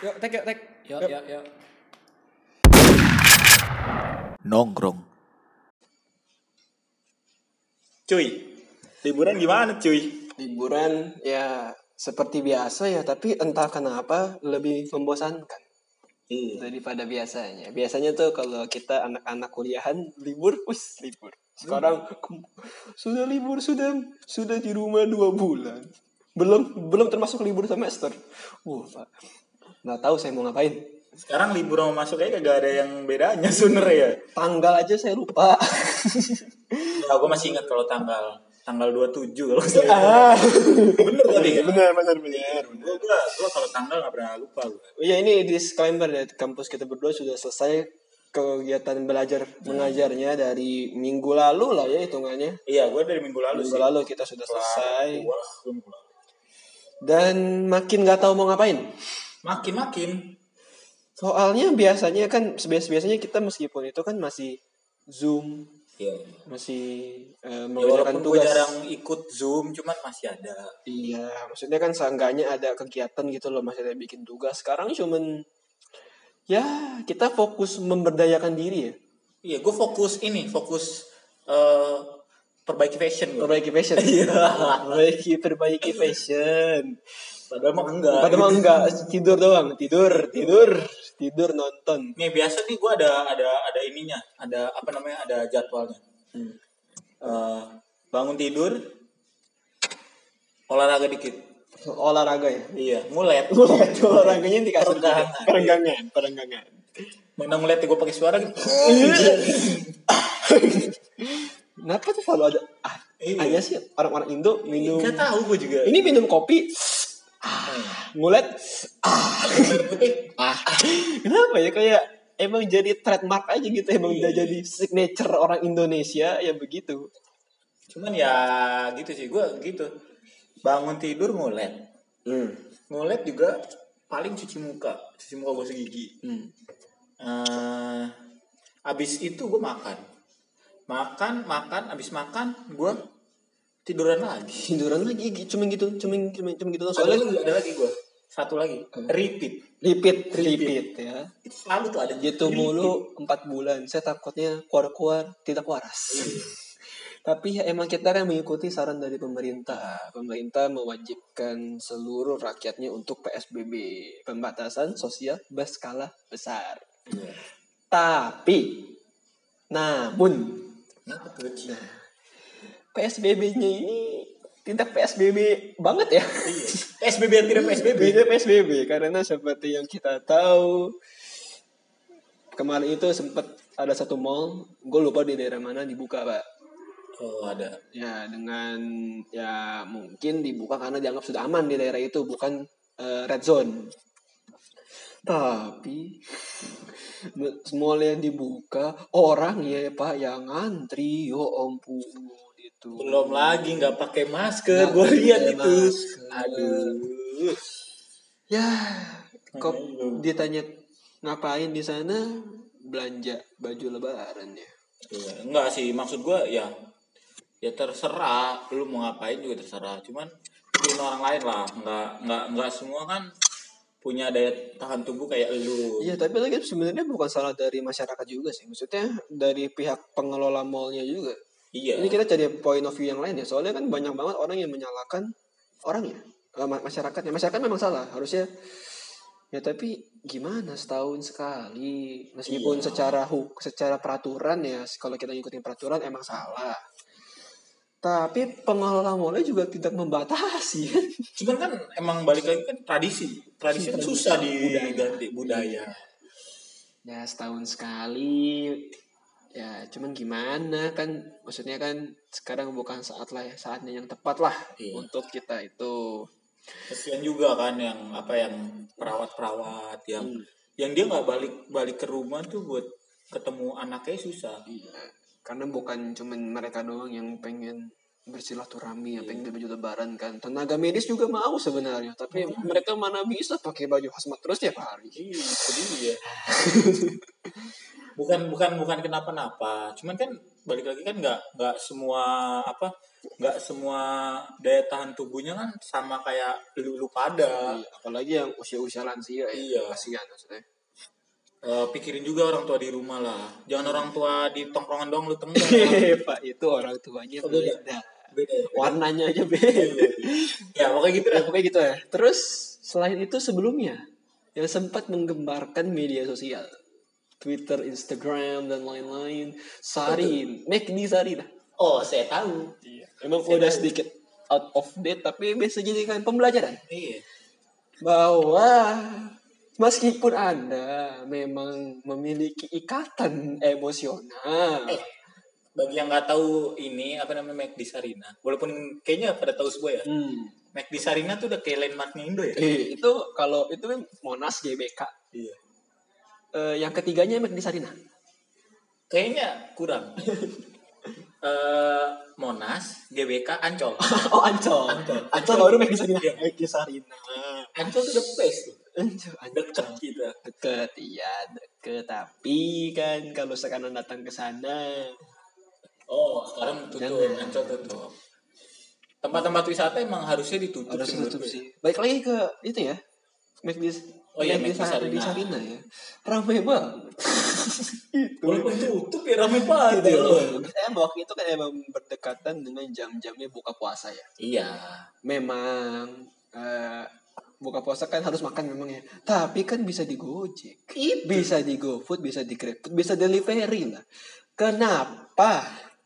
Yuk, tek. Yuk. Nongkrong. Cuy, liburan gimana cuy? Liburan ya seperti biasa ya, tapi entah kenapa lebih membosankan daripada biasanya. Biasanya tuh kalau kita anak-anak kuliahan libur. Sekarang sudah libur sudah di rumah 2 bulan. Belum termasuk libur semester. Pak. Nggak tahu saya mau ngapain. Sekarang libur mau masuk aja gak ada yang bedanya sebenernya ya. Tanggal aja saya lupa. Ya, gue masih ingat kalau tanggal 27 kalau saya. Bener tadi ya? Bener. Gue kalau tanggal gak pernah lupa gue. Ya ini disclaimer dari kampus kita berdua sudah selesai kegiatan belajar mengajarnya dari minggu lalu lah ya hitungannya. Iya, gue dari minggu lalu Minggu lalu kita sudah selesai. Dan makin nggak tahu mau ngapain. Makin. Soalnya biasanya kita meskipun itu kan masih Zoom. Iya. Masih walaupun mengerjakan tugas. gue jarang ikut Zoom, cuman masih ada. Iya, maksudnya kan seenggaknya ada kegiatan gitu loh, masih ada bikin tugas. Sekarang cuman ya kita fokus memberdayakan diri ya. Iya, gue fokus perbaiki fashion. Perbaiki fashion. Iya. Perbaiki fashion. Padahal mah enggak. Tidur doang. Tidur nonton. Nih biasa nih gue ada ininya, ada jadwalnya. Bangun tidur, olahraga dikit. Olahraga ya. Iya, ngulet. Olahraganya di kasur. Perenggangan. Mana ngulet gue pakai suara gitu. Kenapa tuh selalu ada? Aja sih orang-orang Indo minum. Gak tahu gue juga. Ini minum kopi. Ngulet. Kenapa ya, kayak emang jadi trademark aja gitu, emang udah jadi signature orang Indonesia ya begitu. Cuman ya gitu sih, gue gitu. Bangun tidur ngulet. Ngulet juga paling cuci muka gosok gigi. Abis itu gue makan, abis makan gue tiduran lagi, cuma gitu. Soalnya ada lagi gue satu lagi, repeat ya. Itu selalu tuh ada gitu mulu 4 bulan. Saya takutnya keluar tidak waras. Tapi ya emang kita kan mengikuti saran dari pemerintah. Pemerintah mewajibkan seluruh rakyatnya untuk PSBB, pembatasan sosial berskala besar. Tapi namun PSBB-nya ini tidak PSBB banget ya. PSBB yang tidak PSBB. Tidak PSBB karena seperti yang kita tahu, kemarin itu sempat ada satu mall, gue lupa di daerah mana, dibuka Pak. Oh ada. Ya dengan ya mungkin dibuka karena dianggap sudah aman di daerah itu, bukan red zone. Tapi mall yang dibuka orang ya Pak yang ngantri, yo ampun. Belum lagi nggak pakai masker, gue lihat itu. Aduh. Ya, kok ditanya ngapain di sana, belanja baju lebaran ya? Iya, enggak sih, maksud gue ya terserah, lu mau ngapain juga terserah. Cuman bikin orang lain lah, nggak semua kan punya daya tahan tubuh kayak lu. Iya, tapi lagi sebenarnya bukan salah dari masyarakat juga sih. Maksudnya dari pihak pengelola mallnya juga. Iya. Ini kita cari point of view yang lain ya. Soalnya kan banyak banget orang yang menyalahkan orangnya, masyarakatnya. Masyarakat memang salah, harusnya. Ya tapi gimana, setahun sekali. Meskipun secara peraturan ya, kalau kita ngikutin peraturan emang salah. Tapi pengelola mallnya juga tidak membatasi. Cuman kan emang balik lagi kan tradisi kan susah diganti budaya. Ya setahun sekali. Ya cuman gimana kan, maksudnya kan sekarang bukan saatnya yang tepat lah untuk kita itu. Kasian juga kan yang perawat yang dia nggak balik ke rumah tuh buat ketemu anaknya susah. Iya. Karena bukan cuman mereka doang yang pengen bersilaturahmi, yang pengen baju lebaran kan. Tenaga medis juga mau sebenarnya, tapi mereka mana bisa pakai baju hazmat terus tiap hari. Sedih ya. Bukan kenapa-napa, cuman kan balik lagi kan nggak semua apa nggak semua daya tahan tubuhnya kan sama kayak lu pada. Iya, apalagi yang usia-usia lansia ya. Iya. Kasihan maksudnya. Pikirin juga orang tua di rumah lah. Jangan orang tua di tongkrongan doang lu tenggelam. Pak, itu orang tuanya Oh, beda. beda. Beda ya? Warnanya aja beda. Ya pokoknya gitu Ya, lah. pokoknya gitu ya. Terus selain itu sebelumnya yang sempat menggembarkan media sosial, Twitter, Instagram dan lain-lain, Sarin, McD Sarin. Oh saya tahu. Emang Saya udah tahu. sedikit out of date tapi bisa jadikan pembelajaran Iya. bahwa meskipun Anda memang memiliki ikatan emosional, Bagi yang nggak tahu ini apa namanya McD Sarina, walaupun kayaknya pada tahu semua ya. McD Sarina tuh udah kayak landmarknya Indo ya. itu kalau itu kan Monas GBK. Iya. Yang ketiganya McD Sarina. Kayaknya kurang. Monas, GBK, Ancol. Oh, Ancol. Ancol baru McD Sarina. Iya. McD Sarina. Ancol tuh the place tuh. Ancol. Deket kita. Deket, iya deket. Tapi kan kalau sekarang datang ke sana, Oh, sekarang tutup. Jangan. Ancol tutup. Tempat-tempat wisata emang harusnya ditutup harus sih tutup menurut gue. sih. Balik lagi ke itu ya. McD Oh iya, McD McD Sarina ya. Ramai banget. Itu. Walaupun tutup ya rame banget ya. Waktu itu kan emang berdekatan dengan jam-jamnya buka puasa ya. Iya. Memang buka puasa kan harus makan memang ya. Tapi kan bisa di Gojek, bisa di GoFood, bisa di GrabFood, bisa delivery lah. Kenapa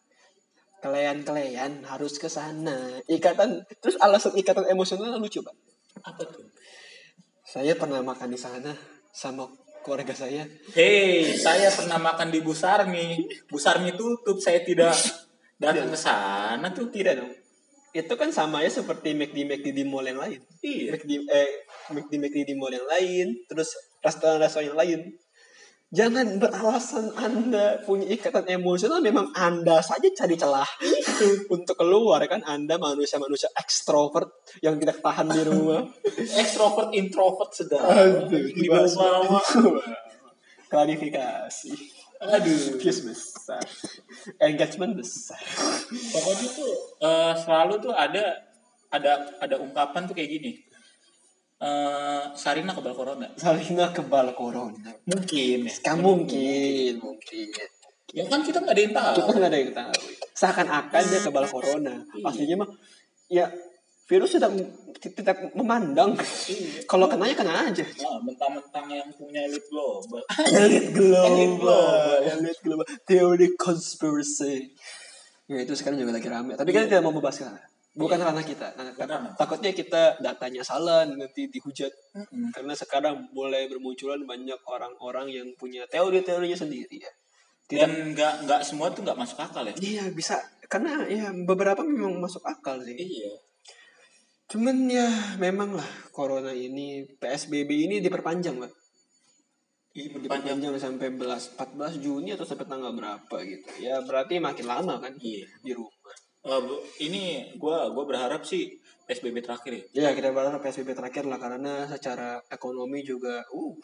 kalian harus ke sana? Terus alasan ikatan emosional lucu Pak. Apa tuh? Saya pernah makan di sana sama keluarga saya. Hei, saya pernah makan di Busarmi. Busarmi tutup, saya tidak datang ke sana tuh. Tidak dong. Itu kan sama ya seperti McD di mall yang lain. Iya. McD di mall yang lain, terus restoran-restoran yang lain. Jangan beralasan Anda punya ikatan emosional, memang Anda saja cari celah untuk keluar kan. Anda manusia-manusia ekstrovert yang tidak tahan di rumah. Extrovert, introvert sedang. Aduh, Di bawah-bawah. Klarifikasi. Aduh. Views besar. Engagement besar. Pokoknya tuh selalu tuh ada ungkapan tuh kayak gini. Sarina kebal corona. Sarina kebal corona. Mungkin ya. Mungkin. Ya kan kita nggak ada yang tahu. Kita nggak ada yang tahu. Seakan-akan dia kebal corona. Aslinya mah ya virus tidak memandang. Kalau kenanya kena aja. Nah, mentang-mentang yang punya elit global. Elit global. Teori konspirasi. Ya itu sekarang juga lagi rame. Tapi kan tidak mau membahas sekarang. Bukan ranah kita. Takutnya kita datanya salah nanti dihujat. Karena sekarang mulai bermunculan banyak orang-orang yang punya teori-teorinya sendiri ya. Dan nggak semua tuh nggak masuk akal ya. Iya bisa. Karena ya beberapa memang masuk akal sih. Iya. Cuman ya memang lah corona ini, PSBB ini diperpanjang Pak. Diperpanjang sampai 14 Juni atau sampai tanggal berapa gitu. Ya berarti makin lama kan di rumah. Ini gue berharap sih PSBB terakhir ya. Ya kita berharap PSBB terakhir lah karena secara ekonomi juga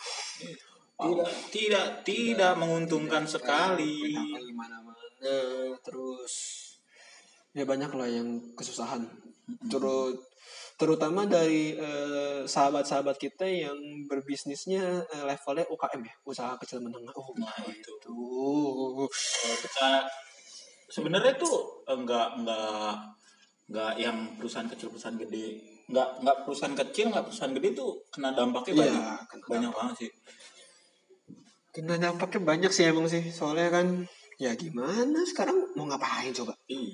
tidak menguntungkan sekali. Gimana-mana terus ya banyak lah yang kesusahan. Terutama dari sahabat-sahabat kita yang berbisnisnya levelnya UKM ya, usaha kecil menengah. Nah itu. Kita sebenarnya tuh enggak yang perusahaan kecil perusahaan gede, enggak perusahaan kecil enggak perusahaan gede tuh kena dampaknya banyak banget sih. Kena dampaknya banyak sih emang sih, soalnya kan ya gimana sekarang mau ngapain coba?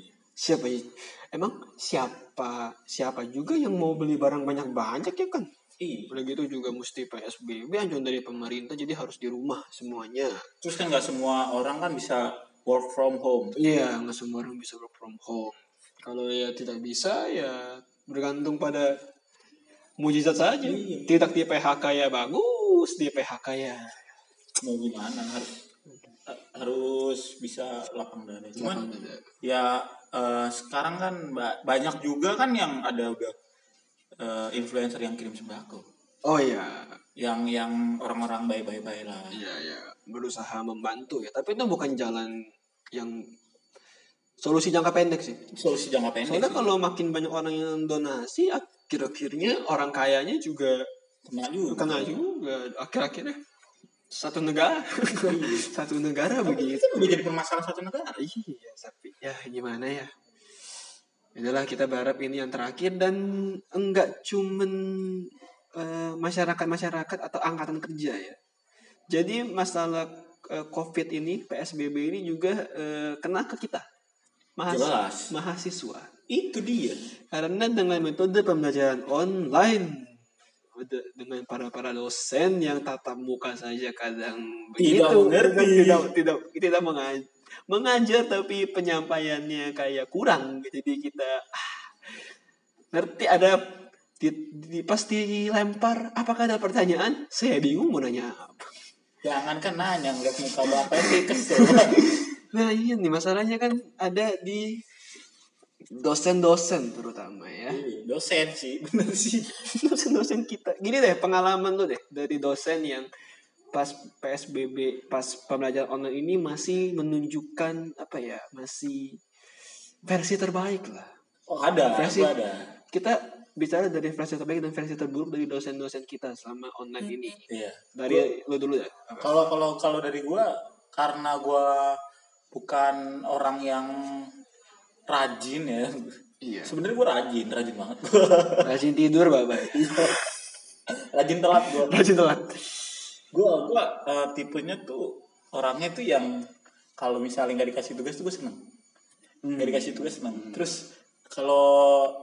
Siapa juga yang mau beli barang banyak ya kan? Udah gitu juga mesti PSBB anjuran dari pemerintah, jadi harus di rumah semuanya. Terus kan nggak semua orang kan bisa work from home. Iya, nggak semua orang bisa work from home. Kalau ya tidak bisa ya bergantung pada mujizat saja. Tidak di PHK ya bagus, di PHK ya mau gimana, harus bisa lapang dada. Cuman ya sekarang kan banyak juga kan yang ada udah influencer yang kirim sembako. Oh iya, yang orang-orang baik-baik lah. Iya, berusaha membantu ya. Tapi itu bukan jalan yang Solusi jangka pendek sih. Solusi jangka pendek. Soalnya sih. kalau makin banyak orang yang donasi, akhir-akhirnya orang kayanya juga kena juga. Akhir-akhirnya satu negara, satu negara begitu. Itu udah jadi permasalahan satu negara. Iya, tapi ya gimana ya. Inilah kita berharap ini yang terakhir dan enggak cuman masyarakat atau angkatan kerja ya. Jadi masalah COVID ini, PSBB ini juga kena ke kita. Mahasiswa. Itu dia. Karena dengan metode pembelajaran online dengan para dosen yang tatap muka saja kadang begitu, tidak mengajar tapi penyampaiannya kayak kurang. Jadi kita ngerti ada pas dilempar apakah ada pertanyaan, saya bingung mau nanya apa. Jangan kan nanya ngeliat muka bapak sih kesel. Nah iya nih masalahnya kan ada di dosen-dosen terutama ya. Dosen sih, bener sih. Dosen-dosen kita. Gini deh pengalaman lu deh dari dosen yang pas PSBB, pas pembelajaran online ini masih menunjukkan masih versi terbaik lah. Oh ada. Kita bicara dari versi terbaik dan versi terburuk dari dosen-dosen kita selama online ini. Iya. Dari lu dulu ya. Kalau dari gua, karena gua bukan orang yang rajin ya. Iya. Sebenarnya gua rajin banget. Rajin tidur, Bapak. Rajin telat gua. Rajin telat. Gua tipenya tuh orangnya tuh yang kalau misalnya nggak dikasih tugas tuh gua seneng. Nggak dikasih tugas seneng. Terus kalau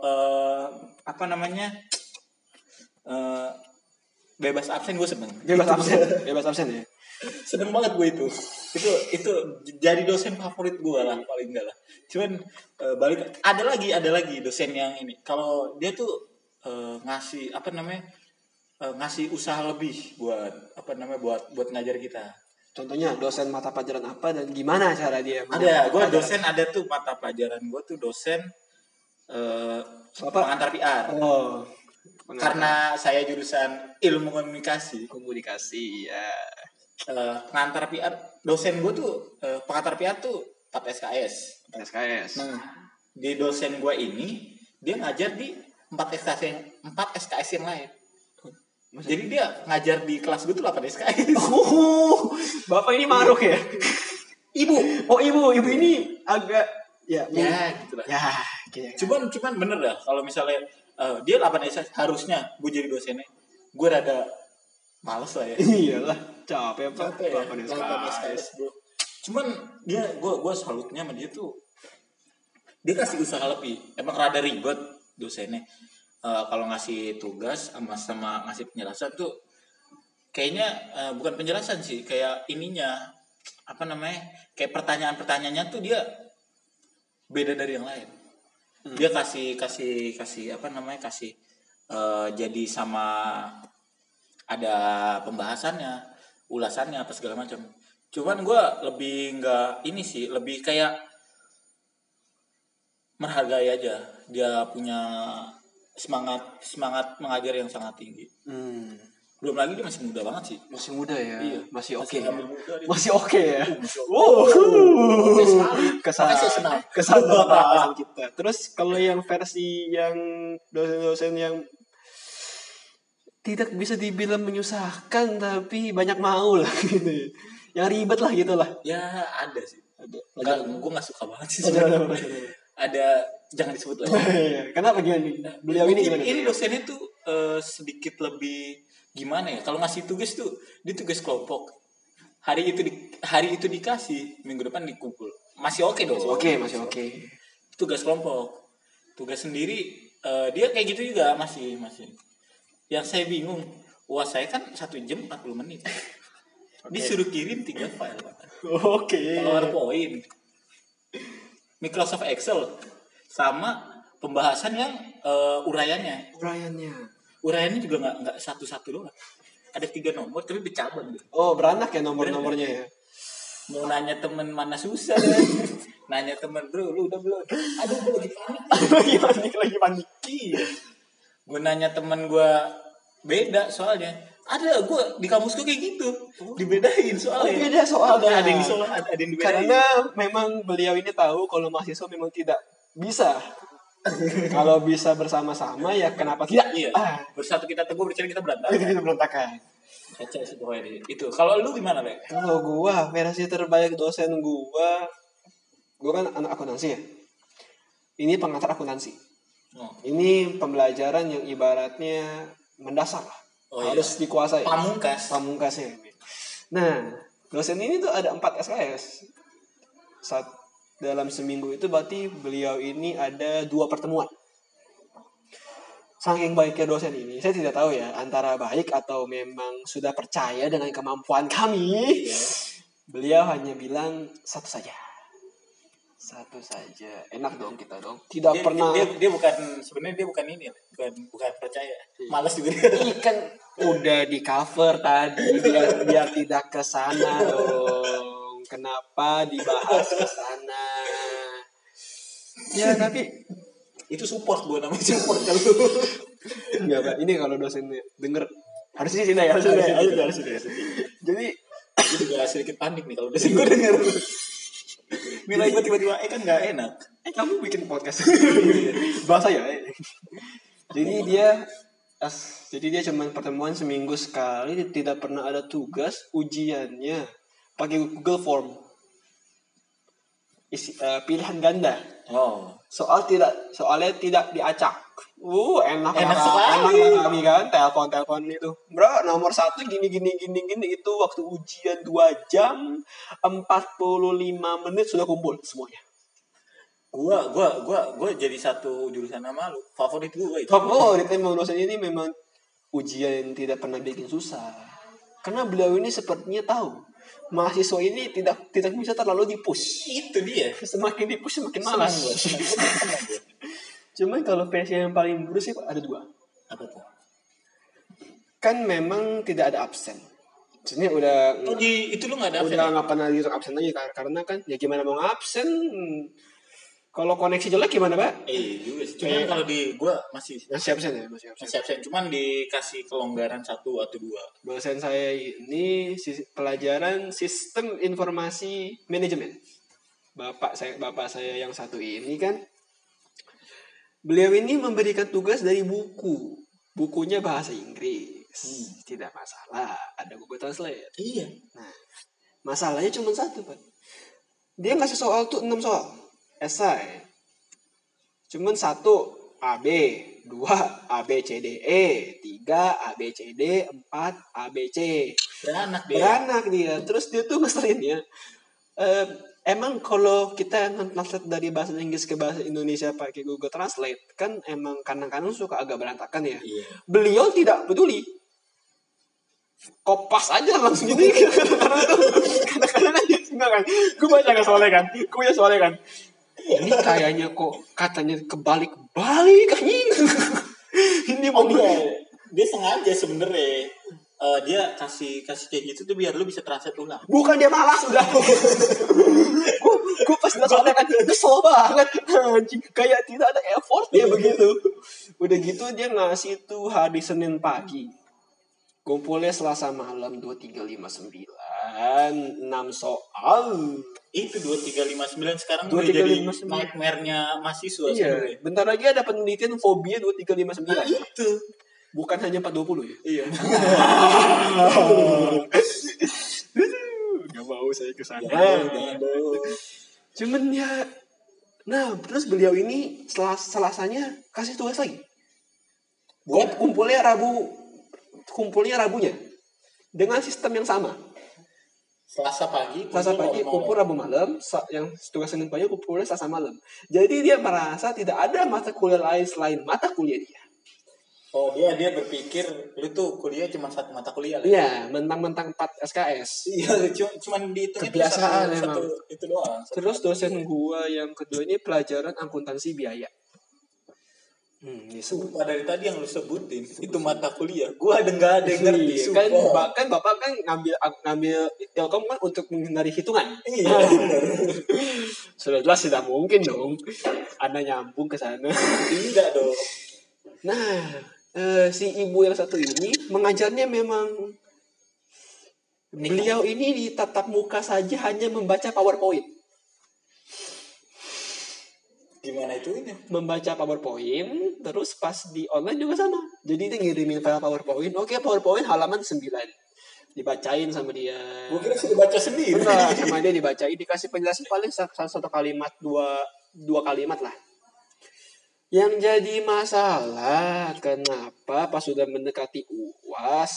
bebas absen gue seneng. Bebas absen ya. Seneng banget gue itu jadi dosen favorit gue lah paling enggak lah. Cuman ada lagi dosen yang ini kalau dia tuh ngasih ngasih usaha lebih buat buat ngajar kita. Contohnya dosen mata pelajaran apa dan gimana cara dia? Gue dosen ada tuh mata pelajaran gue tuh dosen pengantar PR. Oh. Karena saya jurusan ilmu komunikasi ya. Pengantar PR, dosen gue tuh pengantar PR tuh 4 SKS. Nah, di dosen gue ini dia ngajar di 4 SKS yang lain. Jadi dia ngajar di kelas gue tuh 8 SKS. Oh, Bapak ini maruk ya? Ibu. Oh, ibu ini agak ya gitu lah. Ya, cuman bener dah kalau misalnya dia 8 SKS harusnya gue jadi dosennya. Gue rada males lah ya. Iyalah, capek 8 SKS. Cuman gue salutnya sama dia tuh. Dia kasih usaha lebih. Emang rada ribet dosennya. Kalau ngasih tugas sama ngasih penjelasan tuh kayaknya bukan penjelasan sih, kayak ininya kayak pertanyaannya tuh dia beda dari yang lain. Dia kasih jadi sama ada pembahasannya, ulasannya apa segala macam. Cuman gue lebih nggak ini sih, lebih kayak menghargai aja dia punya semangat mengajar yang sangat tinggi. Belum lagi dia masih muda banget sih. Masih muda ya. Iya. Masih oke. Masih oke ya. Kesan kita. Terus kalau yang versi yang dosen-dosen yang tidak bisa dibilang menyusahkan tapi banyak mau lah gitu. Yang ribet lah gitu lah. Ya ada sih. Gue nggak suka banget sih. Ada jangan disebut lagi. Kenapa gini? Beliau ini gimana? Ini dosennya tuh sedikit lebih gimana ya? Kalau ngasih tugas tuh dia tugas kelompok. Hari itu dikasih, minggu depan dikumpul. Masih oke dong. Masih oke. Tugas kelompok. Tugas sendiri dia kayak gitu juga masih. Yang saya bingung, saya kan 1 jam 40 menit. Disuruh kirim 3 file, Pak. PowerPoint. Microsoft Excel sama pembahasan yang uraiannya juga nggak satu-satu doang, ada 3 nomor tapi bercabang gitu. Beranak ya nomornya ya. Mau nanya temen mana susah nanya temen, bro lu udah belum, aduh gue lagi panik. Iya. Gue nanya temen gue beda soalnya Ada, gue di kampus gue kayak gitu. Dibedain soalnya. Beda soalnya. Ada yang disolat, ada yang dibedain. Karena memang beliau ini tahu kalau mahasiswa memang tidak bisa. Kalau bisa bersama-sama ya kenapa tidak? Iya. Bersatu kita teguh, bercerai kita berantakan. Kita berantakan. Kacau sih pokoknya itu. Kalau lu gimana, Le? Kalau gua versi terbaik dosen gua kan anak akuntansi ya. Ini pengantar akuntansi. Ini pembelajaran yang ibaratnya mendasar lah. Harus dikuasai. Pamungkasnya. Nah, dosen ini tuh ada 4 SKS. Dalam seminggu itu berarti beliau ini ada 2 pertemuan. Saking baiknya dosen ini, saya tidak tahu ya antara baik atau memang sudah percaya dengan kemampuan kami. Beliau hanya bilang satu saja. Enak dong kita dong. Tidak pernah. Dia bukan, sebenarnya dia bukan ini, bukan percaya. Malas juga dia. Kan udah di cover tadi biar tidak ke sana dong. Kenapa dibahas ke sana? Ya tapi itu support, gue namanya support kalau. Enggak, Pak. Ini kalau dosennya denger harus di sini ya, harus. Jadi itu juga sedikit panik nih kalau dosen gue denger. Nilai gue tiba-tiba kan nggak enak. Kamu bikin podcast bahasa ya. Jadi dia cuma pertemuan seminggu sekali, tidak pernah ada tugas, ujiannya pakai Google Form. Pilihan ganda. Soalnya tidak diacak. Enak sekali kami kan, telepon itu. Bro, nomor 1 gini itu waktu ujian 2 jam 45 menit sudah kumpul semuanya. Gua jadi satu jurusan sama lu. Favorit gue itu. Favorit memang dosen ini memang ujian tidak pernah bikin susah. Karena beliau ini sepertinya tahu mahasiswa ini tidak bisa terlalu dipush. Itu dia. Semakin dipush semakin malas. Cuman kalau versi yang paling buruk sih ada 2. Apa tuh? Kan memang tidak ada absen. Maksudnya udah. Itu lu nggak ada absen? Udah nggak pernah dihitung absen lagi karena kan ya gimana mau ngabsen. Kalau koneksi jelek gimana, Pak? Juga sih. Cuman kalau di gua masih absen ya, masih absen. Cuman dikasih kelonggaran 1 atau 2. Dosen saya ini pelajaran sistem informasi manajemen. Bapak saya yang satu ini kan, beliau ini memberikan tugas dari buku. Bukunya bahasa Inggris. Tidak masalah, ada Google Translate. Iya. Nah, masalahnya cuma 1, Pak. Dia ngasih soal tuh 6 soal. Esai. Cuman 1 AB, 2 ABCDE, 3 ABCD, 4 ABC. Beranak dia. Terus dia tuh ngeselin ya. Emang kalau kita translate dari bahasa Inggris ke bahasa Indonesia pakai Google Translate, kan emang kadang-kadang suka agak berantakan ya. Iya. Beliau tidak peduli. Kopas aja langsung gini. Kadang-kadang aja enggak kan. Gue baca soalnya kan. Ini kayaknya kok katanya kebalik-balik anjing. Ini mau dia sengaja sebenarnya. Dia kasih kayak gitu tuh biar lu bisa translate ulang. Bukan dia malas udah. Gue pas soalnya kan kesel banget anjing, kayak tidak ada effort ya begitu. Udah gitu dia ngasih tuh hari Senin pagi. Kumpulnya Selasa malam 2359 6 soal. Itu 2359 sekarang udah jadi nightmare-nya mahasiswa sebenarnya. Bentar lagi ada penelitian fobia 2359. Itu bukan hanya 420 ya? Iya. Gak mau saya kesana. Cuman ya, nah terus beliau ini Selasanya kasih tugas lagi. Buat kumpulnya Rabunya dengan sistem yang sama. Selasa pagi kumpul Rabu malam, yang tugas Senin pagi kumpulnya Selasa malam. Jadi dia merasa tidak ada mata kuliah lain selain mata kuliah dia. Oh, dia berpikir lu tuh kuliah cuma 1 mata kuliah lah. Iya, mentang-mentang 4 SKS. Iya, cuma dihitung kebiasaan satu itu doang. Terus dosen gua yang kedua ini pelajaran akuntansi biaya. Sumpah dari tadi yang lu sebutin itu mata kuliah. Gua nggak ada yang ngerti. Kan bapak kan ngambil Telkom kan untuk menghindari hitungan. Iya. Sudah jelas tidak mungkin dong Anda nyambung ke sana. Tidak dong. Nah, si ibu yang satu ini mengajarnya memang beliau ini di tatap muka saja hanya membaca PowerPoint. Gimana itu ini? Membaca PowerPoint, terus pas di online juga sama. Jadi dia ngirimin file PowerPoint, oke PowerPoint halaman 9. Dibacain sama dia. Gue kira sudah baca sendiri. Enggak, sama dia dibacain, dikasih penjelasan paling satu kalimat, dua kalimat lah. Yang jadi masalah, kenapa pas sudah mendekati UAS,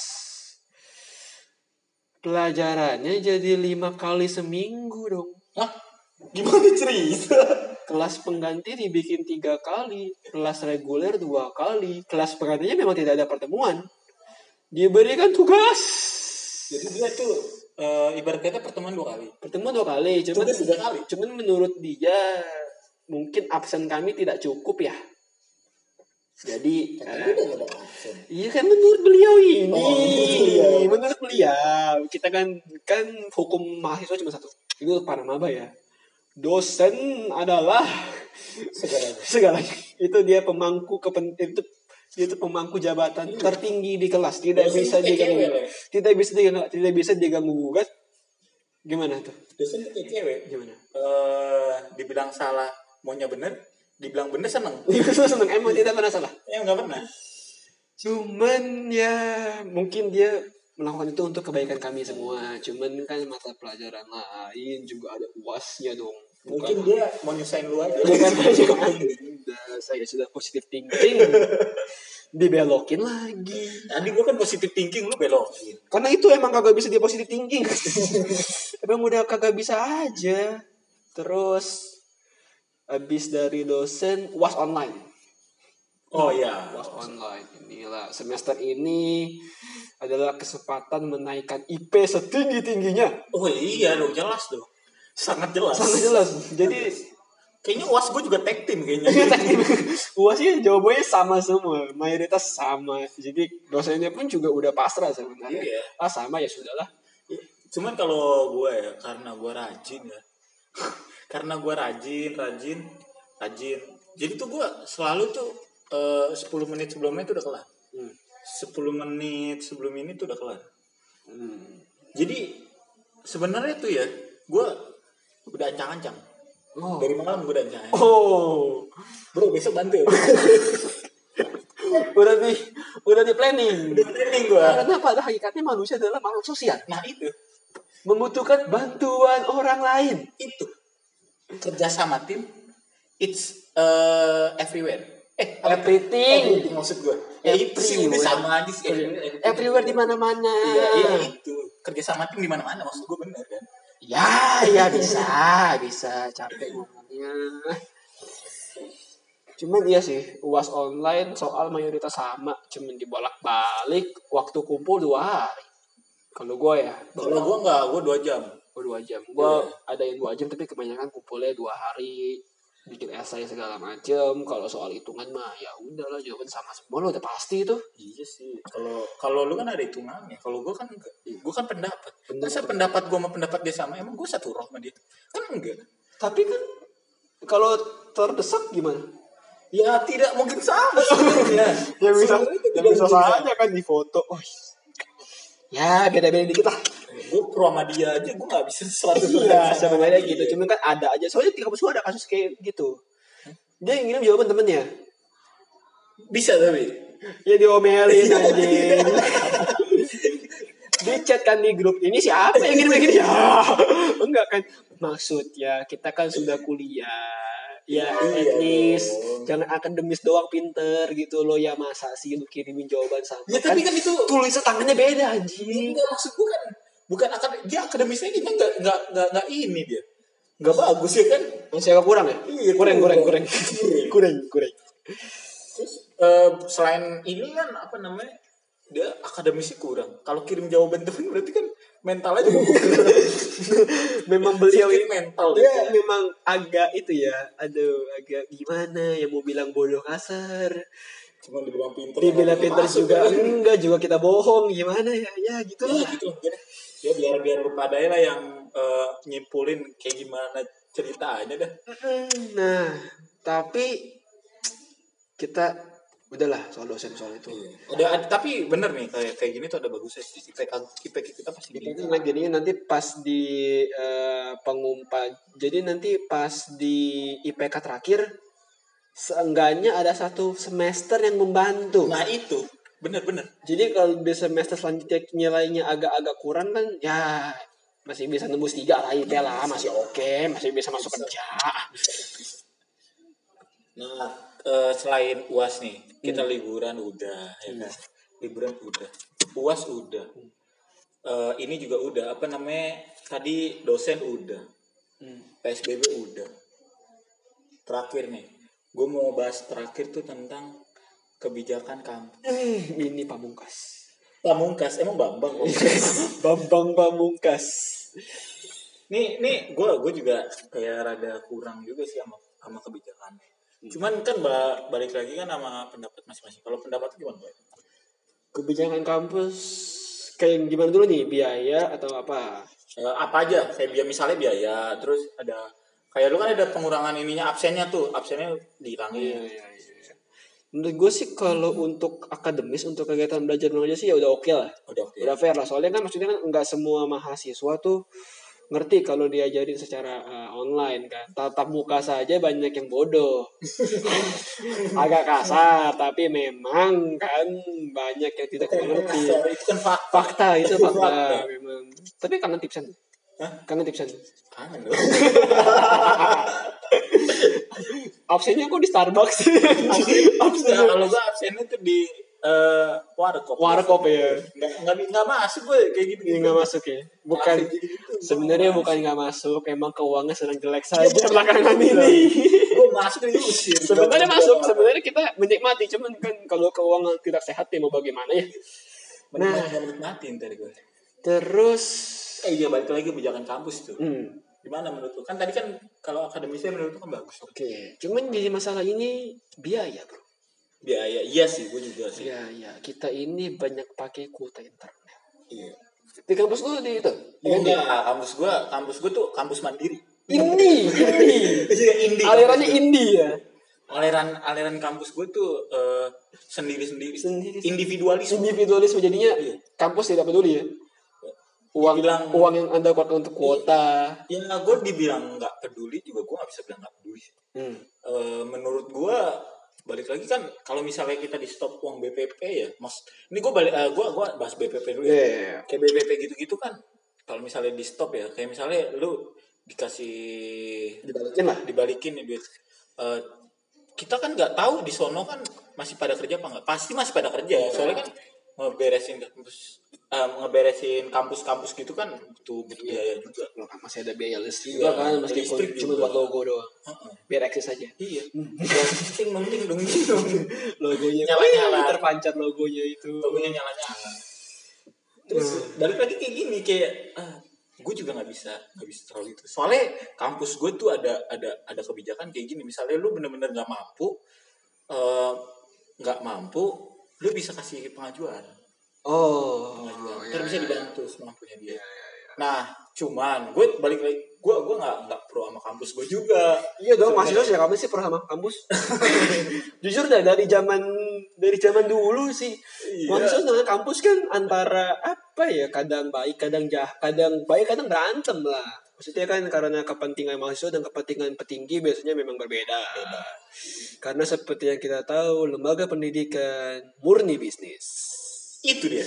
pelajarannya jadi 5 kali seminggu dong. Hah? Gimana cerita? Kelas pengganti dibikin 3 kali, kelas reguler 2 kali, kelas penggantinya memang tidak ada pertemuan. Diberikan tugas. Jadi dia tuh ibarat kata pertemuan 2 kali. Pertemuan 2 kali, cuman Tugas 3 kali. Cuman menurut dia mungkin absen kami tidak cukup ya. Jadi iya kan menurut beliau ini. Menurut beliau, kita kan hukum mahasiswa cuma satu. Itu para maba ya. Dosen adalah segalanya. Itu dia pemangku dia itu pemangku jabatan tertinggi di kelas. Tidak bisa diganggu gugat. Gimana tuh? Dosen kayak cewek. Gimana? Dibilang salah, maunya bener. Dibilang bener seneng. Seneng, emang tidak pernah salah. Nggak pernah. Cuman ya mungkin dia melakukan itu untuk kebaikan kami semua. Cuman kan mata pelajaran lain juga ada UASnya dong. Mungkin dia mau nyusahin lu aja. Bukan saya sudah positive thinking. Dibelokin lagi. Tadi gua kan positive thinking, lu belokin. Karena itu emang kagak bisa dia positive thinking. Emang udah kagak bisa aja. Terus habis dari dosen UAS online. Oh ya, UAS online. Inilah semester ini adalah kesempatan menaikkan IP setinggi-tingginya. Oh iya dong, jelas dong. Sangat jelas. Jadi kayaknya UAS gue juga tag team kayaknya. UASnya jawabannya sama semua, mayoritas sama. Jadi dosennya pun juga udah pasrah sebenarnya. Iya. Sama ya sudahlah. Cuman kalau gue ya, karena gue rajin ya. Karena gue rajin. Jadi tuh gue selalu tuh 10 menit sebelumnya tuh udah kelar. 10 menit sebelum ini tuh udah kelar. Jadi sebenarnya tuh ya, gue udah ancang-ancang. Dari malam gue udah ancang-ancang. Bro, besok bantu ya. udah di planning. Udah planning gue. Karena pada hakikatnya manusia adalah makhluk sosial. Nah itu. Membutuhkan bantuan orang lain. Itu. Kerja sama tim, it's everywhere. Everything maksud gue. Ya itu sih udah sama aja sih. Everywhere di mana-mana. Iya itu. Kerja sama tim di mana-mana, maksud gue bener kan. Ya bisa capek ngomongnya. Cuman iya sih, UAS online soal mayoritas sama, cuman dibolak-balik, waktu kumpul 2 hari. Kalau gue ya. Kalau gue enggak, gue 2 jam. 2 jam. Gue ada yang 2 jam tapi kebanyakan kumpulnya 2 hari. Bikin esai segala macem. Kalau soal hitungan mah ya udahlah, jawaban sama semua lo udah pasti itu. Iya sih. Kalau lu kan ada hitungannya. Kalau gue kan enggak. Gue kan pendapat. Masa pendapat gue sama pendapat dia sama? Emang gue satu roh sama dia? Kan enggak. Tapi kan kalau terdesak gimana? Ya tidak mungkin sama sebenarnya. Ya bisa saja kan di foto. Ya beda-beda dikit lah. Gue pro sama dia aja, gue gak bisa 100%. Iya sebenarnya gitu. Cuman kan ada aja. Soalnya di kampus gue ada kasus kayak gitu. Dia yang ngirim jawaban temennya. Bisa tapi. Ya diomelin anjing. Di chat kan di grup ini siapa yang ngirim kayak gini? Ya enggak kan. Maksudnya kita kan sudah kuliah. Ya at least jangan akademis doang pinter gitu loh. Ya masa sih lu kirimin jawaban sama. Ya tapi kan itu tulisan tangannya beda anjing. Enggak, maksud gue kan bukan dia akademisnya ini enggak ini dia. Enggak bagus ya kan? Masih agak kurang ya? Iya, kurang. Terus selain ini kan apa namanya? Dia akademisnya kurang. Kalau kirim jawaban temen berarti kan mentalnya juga kurang. Memang beliau ini mental dia memang agak itu ya. Aduh, agak gimana ya, mau bilang bodoh kasar. Cuma dibilang pinter. Dibilang pinter juga kan? Enggak, juga kita bohong gimana ya? Ya gitu lah. Ya biar lu pada lah yang nyimpulin kayak gimana ceritanya dah. Nah, tapi kita udahlah soal dosen soal itu. Tapi bener nih kayak gini tuh ada bagusnya sih. IPK kita pasti Itu jadinya nanti pas di jadi nanti pas di IPK terakhir seenggaknya ada satu semester yang membantu. Nah itu bener. Jadi kalau di semester selanjutnya nilainya agak-agak kurang kan ya masih bisa nembus 3 lah IP lah, masih oke, masih bisa masuk kerja. Nah selain UAS nih kita liburan udah ya kan, liburan udah, UAS udah, ini juga udah apa namanya tadi dosen udah, PSBB udah. Terakhir nih gue mau bahas terakhir tuh tentang kebijakan kampus. Ini Pamungkas Emang Bambang Bambang Pamungkas. Nih gue juga kayak rada kurang juga sih sama kebijakannya. Cuman kan balik lagi kan sama pendapat masing-masing. Kalau pendapat gimana, Pak? Kebijakan kampus kayak gimana dulu nih, biaya atau apa? Apa aja? Kayak misalnya biaya, terus ada kayak lu kan ada pengurangan ininya absennya dihilangin. Iya. Menurut gue sih kalau untuk akademis, untuk kegiatan belajar mengajar sih ya udah oke lah. Udah fair lah. Soalnya kan maksudnya kan nggak semua mahasiswa tuh ngerti kalau diajarin secara online kan. Tatap muka saja banyak yang bodoh. Agak kasar, tapi memang kan banyak yang tidak mengerti. Itu kan Fakta itu fakta memang. Tapi kangen tipsan. Kangen tipsan. Kangen dong. Absennya kok di Starbucks? Absennya kalau gue absennya tuh di warkop ya. Nggak masuk gue kayak gitu. Nggak masuk ya. Bukan sebenarnya bukan nggak masuk, emang keuangan sedang jelek saja belakangan ini. Gue masuk diusir. Sebenarnya masuk, sebenarnya kita menikmati, cuman kan kalau keuangan tidak sehat ya mau bagaimana ya. Nah, menikmatin tadi gue. Terus iya balik lagi kebijakan kampus tuh. Gimana menurut lu? Kan tadi kan kalau akademisnya menurut lu kan bagus. Oke. Cuman jadi masalah ini biaya, bro. Biaya, iya sih, gue juga sih. Iya. Kita ini banyak pakai kuota internet. Iya. Di kampus lu di itu? Kampus gue tuh kampus mandiri. Indie. Indie. Alirannya indie ya. Aliran kampus gue tuh sendiri-sendiri. Individualisme Jadinya kampus tidak peduli ya. Uang yang Anda keluarkan untuk kuota. Ya gue dibilang nggak peduli juga gue nggak bisa bilang nggak peduli. Menurut gue balik lagi kan kalau misalnya kita di stop uang BPP ya, Mas. Ini gue bahas BPP dulu ya. Yeah. Kayak BPP gitu-gitu kan. Kalau misalnya di stop ya, kayak misalnya lu dikasih dibalikin nih duit. Kita kan nggak tahu di sono kan masih pada kerja apa nggak? Pasti masih pada kerja. Soalnya kan ngeberesin kampus gitu kan butuh biaya juga. Masih ada biaya listrik juga kan, meskipun cuma buat logo doang. Biar eksis aja. Iya. Yang penting dong gitu. Logonya nyala-nyala. Terpancar logonya itu. Logonya nyala-nyala. Terus balik lagi kayak gini kayak gue juga nggak bisa terlalu itu. Soalnya kampus gue tuh ada kebijakan kayak gini. Misalnya lu bener-bener nggak mampu, lu bisa kasih pengajuan. Terus bisa dibantu semampunya dia. Nah, cuman gue balik lagi, gue nggak pro sama kampus gue juga. Iya dong, mahasiswa sih kamu sih pro sama kampus. Jujur dah dari zaman dulu sih. Mahasiswa dengan kampus kan antara apa ya, kadang baik, kadang jahat, kadang baik, kadang berantem lah. Maksudnya kan karena kepentingan mahasiswa dan kepentingan petinggi biasanya memang berbeda. Karena seperti yang kita tahu, lembaga pendidikan murni bisnis. Itu dia.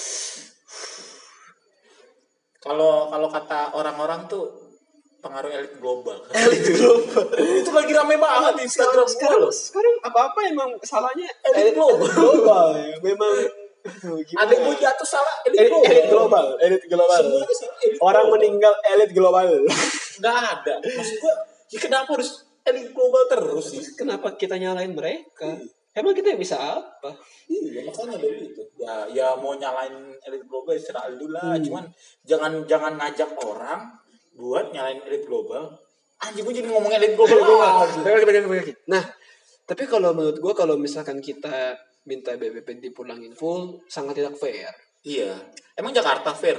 Kalau kata orang-orang tuh pengaruh elit global. Itu lagi rame banget di Instagram sekarang apa-apa emang salahnya elit global. Ya. Memang ada yang jatuh salah elit global. Orang meninggal elit global. Nggak ada. Maksud gua, ya kenapa harus elit global terus sih? Kenapa kita nyalain mereka? Emang kita bisa apa? Iya, makanya dari itu. Ya mau nyalain elit global secara dulu lah. Cuman jangan ngajak orang buat nyalain elit global. Anjir, gue jadi ngomong elit global. Nah, tapi kalau menurut gue kalau misalkan kita minta BPP dipulangin full, sangat tidak fair. Iya. Emang Jakarta fair?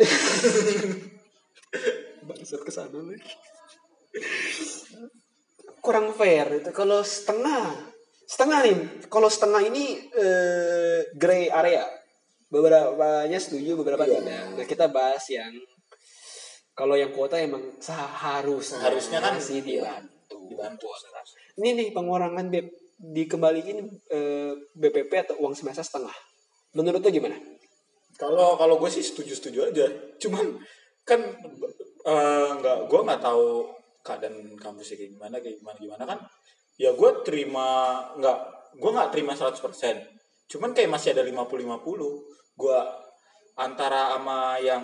Bangsat kesana lagi. Kurang fair itu kalau setengah Setengah nih. Kalau setengah ini gray area. Beberapanya setuju, beberapa tidak. Nah, kita bahas yang kalau yang kuota emang seharusnya kan sih dibantu. Ini nih pengurangan dikembaliin BPP atau uang semester setengah. Menurut lo gimana? Kalau gue sih setuju aja. Cuman kan gue nggak tahu keadaan kampusnya kayak gimana kan. Ya gue nggak terima 100%. Cuman kayak masih ada 50-50. Gue antara sama yang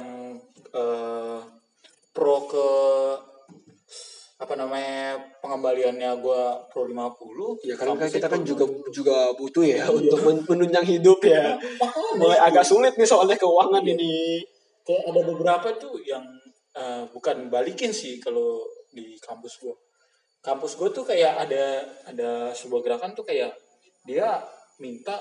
pro ke pengembaliannya gue pro 50. Ya karena kita kan juga butuh ya untuk menunjang hidup ya. Mulai agak sulit nih soalnya keuangan ini. Kayak ada beberapa tuh yang bukan balikin sih kalau di kampus gue. Kampus gue tuh kayak ada sebuah gerakan tuh kayak dia minta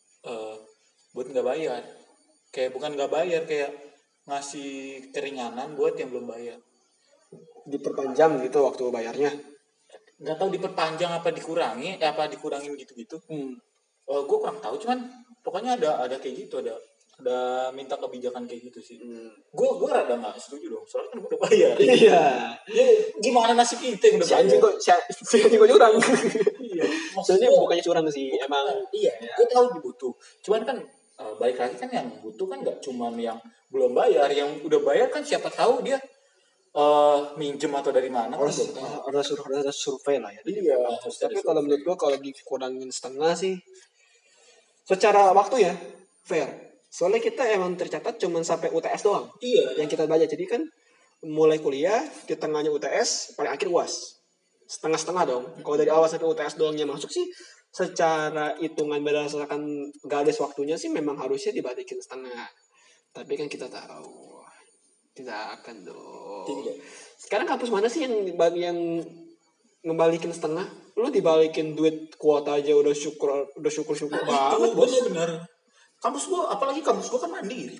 buat nggak bayar. Kayak bukan nggak bayar, kayak ngasih keringanan buat yang belum bayar. Diperpanjang gitu waktu bayarnya. Nggak tahu diperpanjang apa dikurangin gitu-gitu. Gue kurang tahu, cuman pokoknya ada kayak gitu, ada minta kebijakan kayak gitu sih. Gue rada nggak setuju dong, soalnya kan gue udah bayar. Iya. Ya, gimana nasib kita yang udah bayar? Si anjing kok curang. Iya. Maksudnya bukannya curang sih, emang. Iya. Gue tahu dibutuh. Cuman kan balik lagi kan yang butuh kan nggak cuman yang belum bayar, yang udah bayar kan siapa tahu dia minjem atau dari mana. Ada survei lah ya. Iya. Tapi kalau menurut gue kalau dikurangin setengah sih, secara waktu ya fair. Soalnya kita emang tercatat cuma sampai UTS doang. Iya. Yang kita baca. Jadi kan mulai kuliah, di tengahnya UTS, paling akhir UAS. Setengah-setengah dong. Kalau dari awal sampai UTS doangnya masuk sih, secara hitungan berdasarkan garis waktunya sih memang harusnya dibalikin setengah. Tapi kan kita tahu tidak akan dong. Tidak. Sekarang kampus mana sih yang ngebalikin setengah? Lu dibalikin duit kuota aja udah syukur banget. Itu bener. Kampus gua, apalagi kampus gua kan mandiri.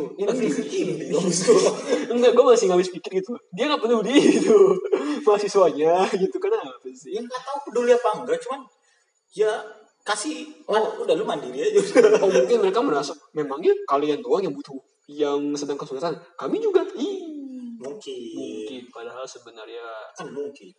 Ini kampus gua. Enggak, gua masih nggak habis pikir gitu. Dia nggak peduli gitu mahasiswanya gitu, kenapa sih? Ya nggak tahu peduli apa enggak, cuman ya kasih udah lu mandiri aja. Mungkin mereka merasa memangnya kalian doang yang butuh, yang sedang kesulitan, kami juga. Mungkin padahal sebenarnya kan mungkin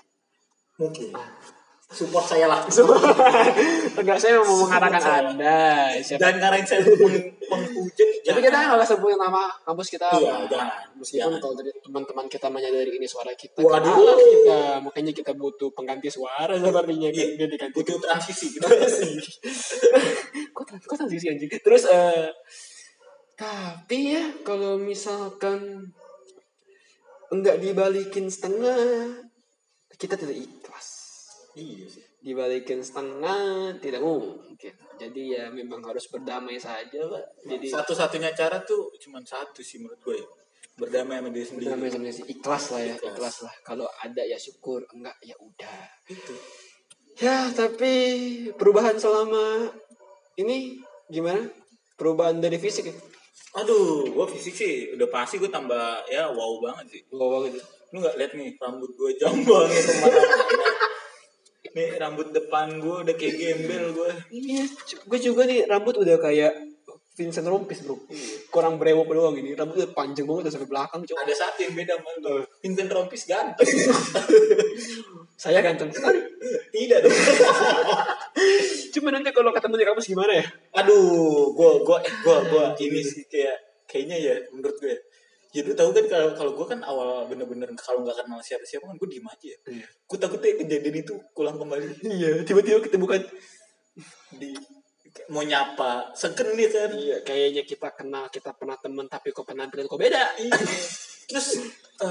support saya lah. Enggak, saya mau mengatakan Anda dan ngarahin saya penghujat. Tapi kita nggak sebutin nama kampus kita. Iya, jangan. Meskipun kalau dari teman-teman kita menyadari ini suara kita. Waduh. Kita makanya kita butuh pengganti suara sepertinya. Iya. Butuh transisi. Kok transisi anjing. Terus tapi ya kalau misalkan enggak dibalikin setengah, kita tidak ikhlas. Iya sih. Dibalikin setengah tidak mungkin. Jadi ya memang harus berdamai saja, Pak. Jadi satu-satunya cara tuh cuma satu sih menurut gue ya. Berdamai sama diri sendiri. Berdamai sama diri sendiri. Ikhlas lah ya. Ikhlas lah. Kalau ada ya syukur, enggak ya udah. Itu. Ya, tapi perubahan selama ini gimana? Perubahan dari fisik ya? Aduh, gue fisik sih udah pasti gue tambah ya wow banget sih. Wow banget. Lu nggak lihat nih rambut gue jambang kemana-mana. Nih rambut depan gue udah kayak gembel gue. Iya, gue juga nih rambut udah kayak Vincent Rompis bro. Kurang brewok doang ini. Rambutnya panjang banget udah sampai belakang. Coba. Ada satu yang beda sama lu. Vincent Rompis ganteng. Saya ganteng sekali. Tidak dong. Cuma nanti kalau ketemu di kampus gimana ya? Aduh, gue ini sih kayaknya ya menurut gue. Jadi tahu kan kalau gue kan awal bener-bener kalau nggak kenal siapa-siapa kan gue diem aja. Iya. Gue takutnya kejadian itu pulang kembali. Iya, tiba-tiba ketemukan di mau nyapa segen nih kan. Iya, kayaknya kita kenal, kita pernah temen tapi kok penampilan kok beda. Iya. Terus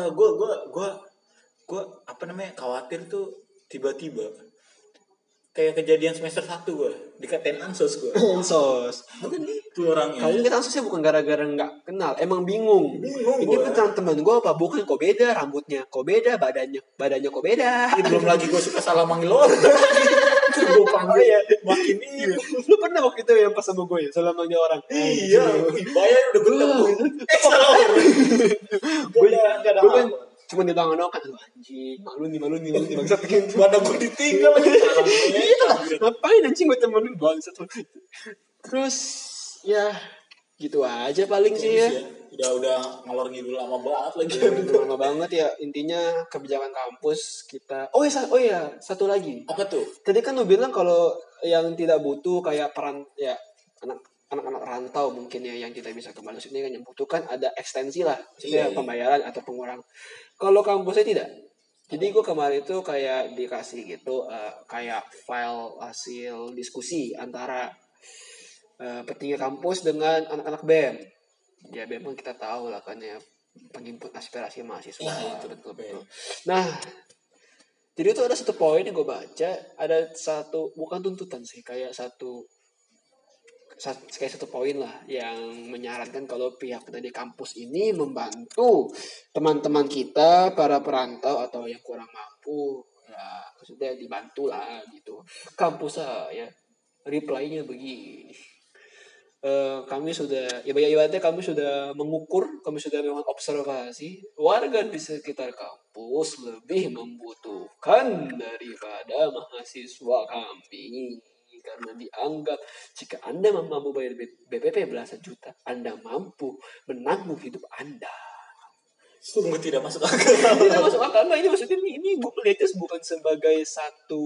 gue khawatir tuh tiba-tiba kayak kejadian semester 1 gue dikatain ansos gue. Ansos. Bukan itu orangnya. Kali ini ansosnya bukan gara-gara nggak kenal, emang bingung. Ini beneran teman gue apa? Bukan kok beda rambutnya, kok beda badannya kok beda. Belum lagi gue suka salah manggil orang. Gue panggil ya makin ini. Lu pernah waktu itu yang pas sama gue ya salah manggil orang? Iya. Bayar udah gue salah orang. Gue cuma ditanganokan, aduh anjing, malu nih bangsat gitu. Mana gue ditinggal lagi. Iya lah, ngapain anjing gue temenin bangsat. Terus ya gitu aja paling sih ya. Udah ngalor ngidul lama banget lagi. Lama banget ya, intinya kebijakan kampus kita. Oh iya, satu lagi. Apa tuh? Tadi kan lu bilang kalau yang tidak butuh kayak peran ya anak-anak rantau mungkin ya yang tidak bisa kembali sini kan yang butuhkan ada ekstensi lah, maksudnya pembayaran atau pengurang. Kalau kampusnya tidak. Jadi gue kemarin itu kayak dikasih gitu kayak file hasil diskusi antara petinggi kampus dengan anak-anak BEM. Ya memang kita tahu lah kan ya penghimpun aspirasi mahasiswa. Ya, itu betul. Nah, jadi itu ada satu poin yang gue baca, ada satu bukan tuntutan sih, kayak satu poin lah yang menyarankan kalau pihak dari kampus ini membantu teman-teman kita para perantau atau yang kurang mampu ya maksudnya dibantu lah gitu. Kampus ya reply-nya begini. Kami sudah ibaratnya kami sudah mengukur, kami sudah melakukan observasi warga di sekitar kampus lebih membutuhkan daripada mahasiswa kami karena dianggap jika Anda mampu bayar BPP belasan juta, Anda mampu menanggung hidup Anda. Sungguh tidak masuk akal. Tidak masuk akal. Nah, ini maksudnya ini gue melihatnya bukan sebagai satu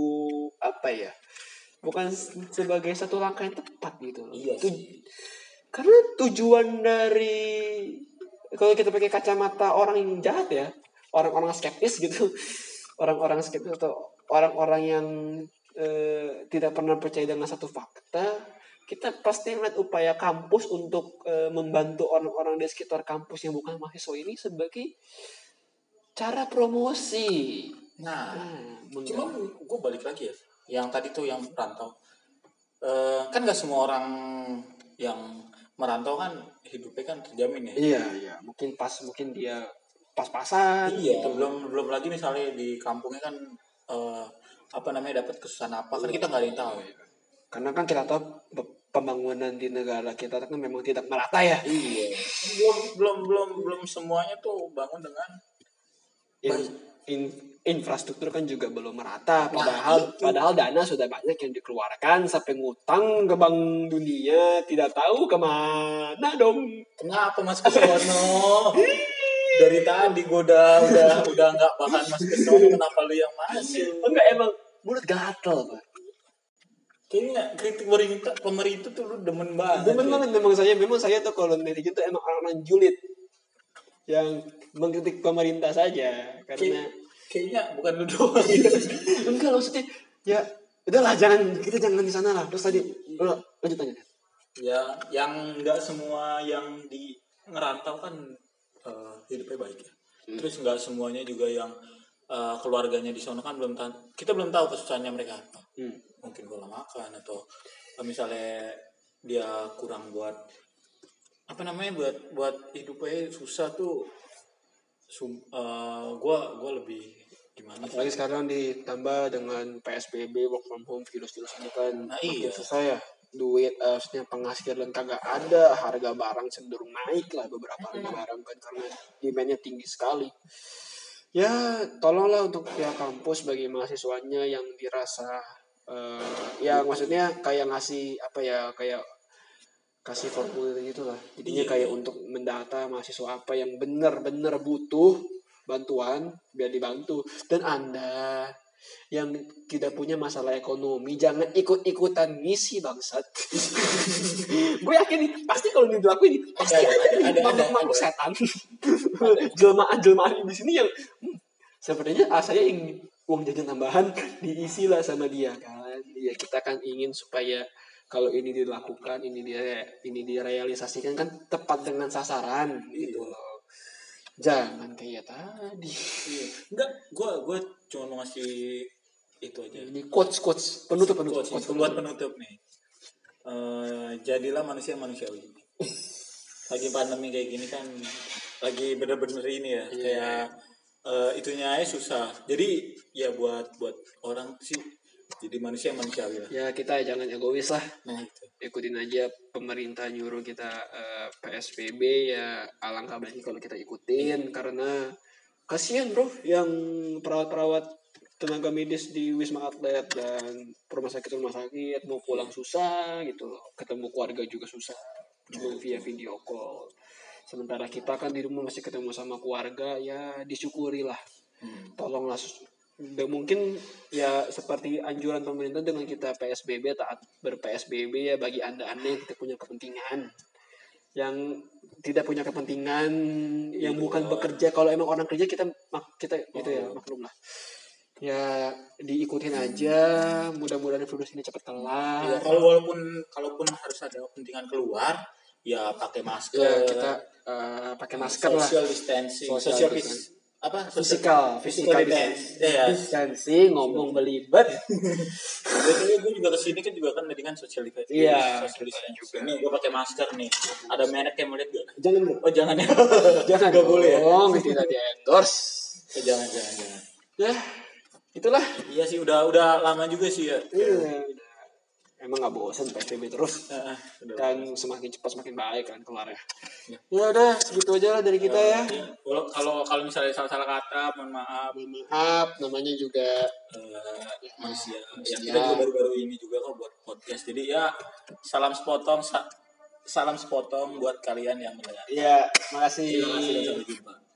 bukan sebagai satu langkah yang tepat gitu loh. Iya sih. Karena tujuan dari kalau kita pakai kacamata orang yang jahat ya, orang-orang skeptis gitu, orang-orang skeptis atau orang-orang yang tidak pernah percaya dengan satu fakta, kita pasti melihat upaya kampus untuk membantu orang-orang di sekitar kampus yang bukan mahasiswa ini sebagai cara promosi. Nah cuman gue balik lagi ya, yang tadi tuh yang perantau, kan gak semua orang yang merantau kan hidupnya kan terjamin ya. Iya, mungkin dia pas-pasan. Iya, gitu. belum lagi misalnya di kampungnya kan dapat kesusahan apa kan kita nggak ada yang tahu. Karena kan kita tahu pembangunan di negara kita kan memang tidak merata ya. Iya. belum semuanya tuh bangun dengan infrastruktur kan juga belum merata. Padahal dana sudah banyak yang dikeluarkan sampai ngutang ke Bank Dunia, tidak tahu kemana dong. Kenapa masuk ke sono? Dari tadi gue udah nggak bahkan masuk ke sono, kenapa lu yang masuk? Enggak, emang mulut gatel Pak. Kayaknya kritik pemerintah tuh lu demen banget. Memang saya tuh kalau netizen tuh emang orang-orang julid yang mengkritik pemerintah saja karena kayaknya bukan lu doang. Enggak, maksudnya ya udahlah kita jangan di sana lah. Terus tadi lanjut tanya. Ya, yang nggak semua yang di ngerantau kan hidupnya baik ya. Terus nggak semuanya juga yang keluarganya di sana kan kita belum tahu kesusahannya mereka apa. Mungkin pola makan atau misalnya dia kurang buat buat hidupnya susah tuh. Gue lebih gimana? Apalagi sekarang ditambah dengan PSBB, work from home, virus ini kan makin susah ya. Duit harusnya penghasilan kagak ada, harga barang cenderung naik lah beberapa harga barang kan karena demand-nya tinggi sekali. Ya tolonglah untuk pihak kampus bagi mahasiswanya yang dirasa maksudnya kayak ngasih kayak kasih formulir gitu lah. Jadinya kayak untuk mendata mahasiswa apa yang benar-benar butuh bantuan biar dibantu. Dan Anda yang tidak punya masalah ekonomi jangan ikut-ikutan ngisi bangsat. Gue yakin nih pasti kalau ini dilakuin pasti ada makhluk setan. Jelmaan di sini yang sepertinya saya ingin uang jajan tambahan diisi lah sama dia kan. Ya kita kan ingin supaya kalau ini dilakukan, ini direalisasikan kan tepat dengan sasaran gitu loh. Jangan kayak tadi. Enggak, gue cuma mau ngasih itu aja. Ini quotes penutup nih. Jadilah manusia manusiawi. Lagi pandemi kayak gini kan, lagi bener-bener ini ya, kayak itunya aja susah. Jadi ya buat orang sih jadi manusia manusiawi lah. Ya kita jangan egois lah. Nah itu. Ikutin aja pemerintah nyuruh kita PSBB ya alangkah baiknya kalau kita ikutin karena kasihan bro yang perawat-perawat tenaga medis di Wisma Atlet dan rumah sakit mau pulang susah gitu loh, ketemu keluarga juga susah, cuma via video call. Sementara kita kan di rumah masih ketemu sama keluarga, ya disyukuri lah. Tolonglah, mungkin ya seperti anjuran pemerintah dengan kita PSBB, taat ber-PSBB ya bagi anda-anda yang tidak punya kepentingan, yang tidak punya kepentingan, yang bukan bekerja. Kalau emang orang kerja kita gitu ya, maklum lah. Ya diikutin aja, mudah-mudahan virus ini cepat kelar. Ya, kalaupun harus ada kepentingan keluar, ya pakai masker. Ya kita pakai masker lah. Social distancing. Physical distancing, ngomong belibet. Jadi gue juga kesini kan juga kan dengan social distancing. Iya. Juga. Ini gue pakai masker nih. Ada merek yang mau lihat gak? Jangan bro. Oh jangan ya. Jangan. Gak boleh ya. Tidak di endorse. Jangan. Ya, itulah. Iya sih udah lama juga sih ya. Iya. Emang nggak bosan PSBB terus. Dan semakin cepat semakin baik kan kelarnya. Ya udah segitu aja lah dari kita ya. Kalau misalnya salah kata, mohon maaf. Namanya juga manusia. Ya, kita juga baru-baru ini juga kok buat podcast. Jadi ya salam sepotong buat kalian yang mendengar. Iya, makasih. Terima kasih dan sampai jumpa.